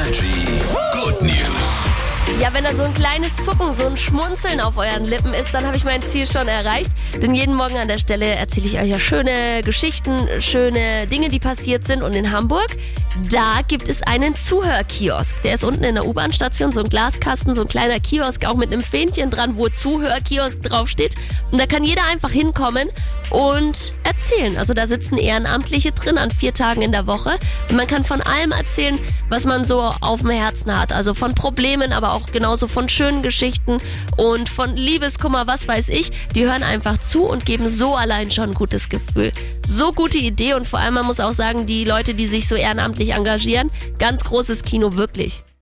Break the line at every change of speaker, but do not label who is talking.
Energy Good News.
Ja, wenn da so ein kleines Zucken, so ein Schmunzeln auf euren Lippen ist, dann habe ich mein Ziel schon erreicht. Denn jeden Morgen an der Stelle erzähle ich euch ja schöne Geschichten, schöne Dinge, die passiert sind. Und in Hamburg, da gibt es einen Zuhörkiosk. Der ist unten in der U-Bahn-Station, so ein Glaskasten, so ein kleiner Kiosk, auch mit einem Fähnchen dran, wo Zuhörkiosk draufsteht. Und da kann jeder einfach hinkommen und erzählen. Also da sitzen Ehrenamtliche drin an 4 Tagen in der Woche. Und man kann von allem erzählen, was man so auf dem Herzen hat. Also von Problemen, aber auch genauso von schönen Geschichten und von Liebeskummer, was weiß ich. Die hören einfach zu und geben so allein schon ein gutes Gefühl. So gute Idee und vor allem, man muss auch sagen, die Leute, die sich so ehrenamtlich engagieren, ganz großes Kino, wirklich.